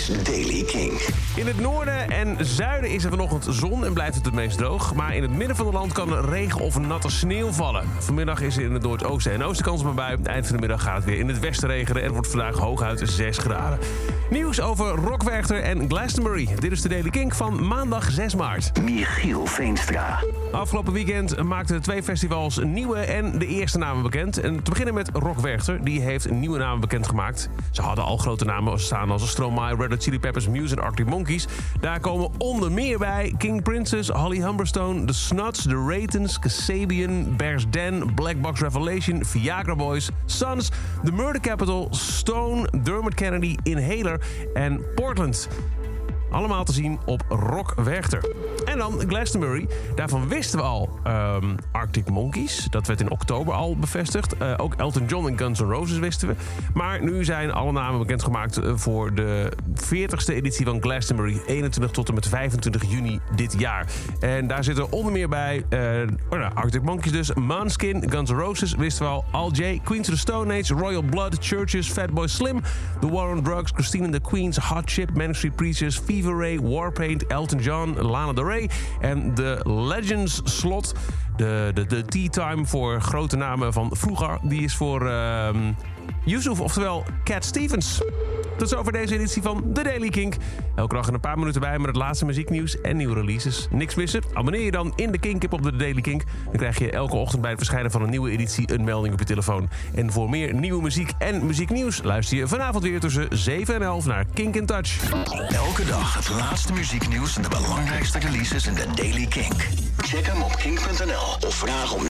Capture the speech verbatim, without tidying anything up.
is Daily King. In het noorden en zuiden is er vanochtend zon en blijft het het meest droog. Maar in het midden van het land kan er regen of natte sneeuw vallen. Vanmiddag is er in het noordoosten en oosten kans op een bui. Aan het eind van de middag gaat het weer in het westen regenen. En het wordt vandaag hooguit zes graden. Nieuws over Rock Werchter en Glastonbury. Dit is de Daily King van maandag zes maart. Michiel Veenstra. Afgelopen weekend maakten de twee festivals nieuwe en de eerste namen bekend. En te beginnen met Rock Werchter. Die heeft nieuwe namen bekendgemaakt. Ze hadden al grote namen staan als Stromae, Red Hot Chili Peppers, Muse en Arctic Monkeys. Daar komen onder meer bij King Princess, Holly Humberstone, The Snuts, The Raytons, Kasabian, Bears Den, Black Box Revelation, Viagra Boys, Sons, The Murder Capital, Stone, Dermot Kennedy, Inhaler en Portland. Allemaal te zien op Rock Werchter. En dan Glastonbury. Daarvan wisten we al um, Arctic Monkeys. Dat werd in oktober al bevestigd. Uh, ook Elton John en Guns N' Roses wisten we. Maar nu zijn alle namen bekendgemaakt voor de veertigste editie van Glastonbury. eenentwintig tot en met vijfentwintig juni dit jaar. En daar zitten onder meer bij uh, oh nou, Arctic Monkeys dus, Måneskin, Guns N' Roses, wisten we al, Al J, Queens of the Stone Age, Royal Blood, Churches, Fatboy Slim, The War on Drugs, Christine and the Queens, Hot Chip, Manic Street Preachers, Fever Ray, Warpaint, Elton John, Lana Del Rey en de Legends slot. De, de, de tea time voor grote namen van vroeger. Die is voor uh, Yusuf, oftewel Cat Stevens. Tot zover deze editie van The Daily Kink. Elke dag een paar minuten bij met het laatste muzieknieuws en nieuwe releases. Niks missen? Abonneer je dan in de Kink-app op de Daily Kink. Dan krijg je elke ochtend bij het verschijnen van een nieuwe editie een melding op je telefoon. En voor meer nieuwe muziek en muzieknieuws luister je vanavond weer tussen zeven en elf naar Kink in Touch. Elke dag het laatste muzieknieuws en de belangrijkste releases in de Daily Kink. Check hem op kink punt n l of vraag om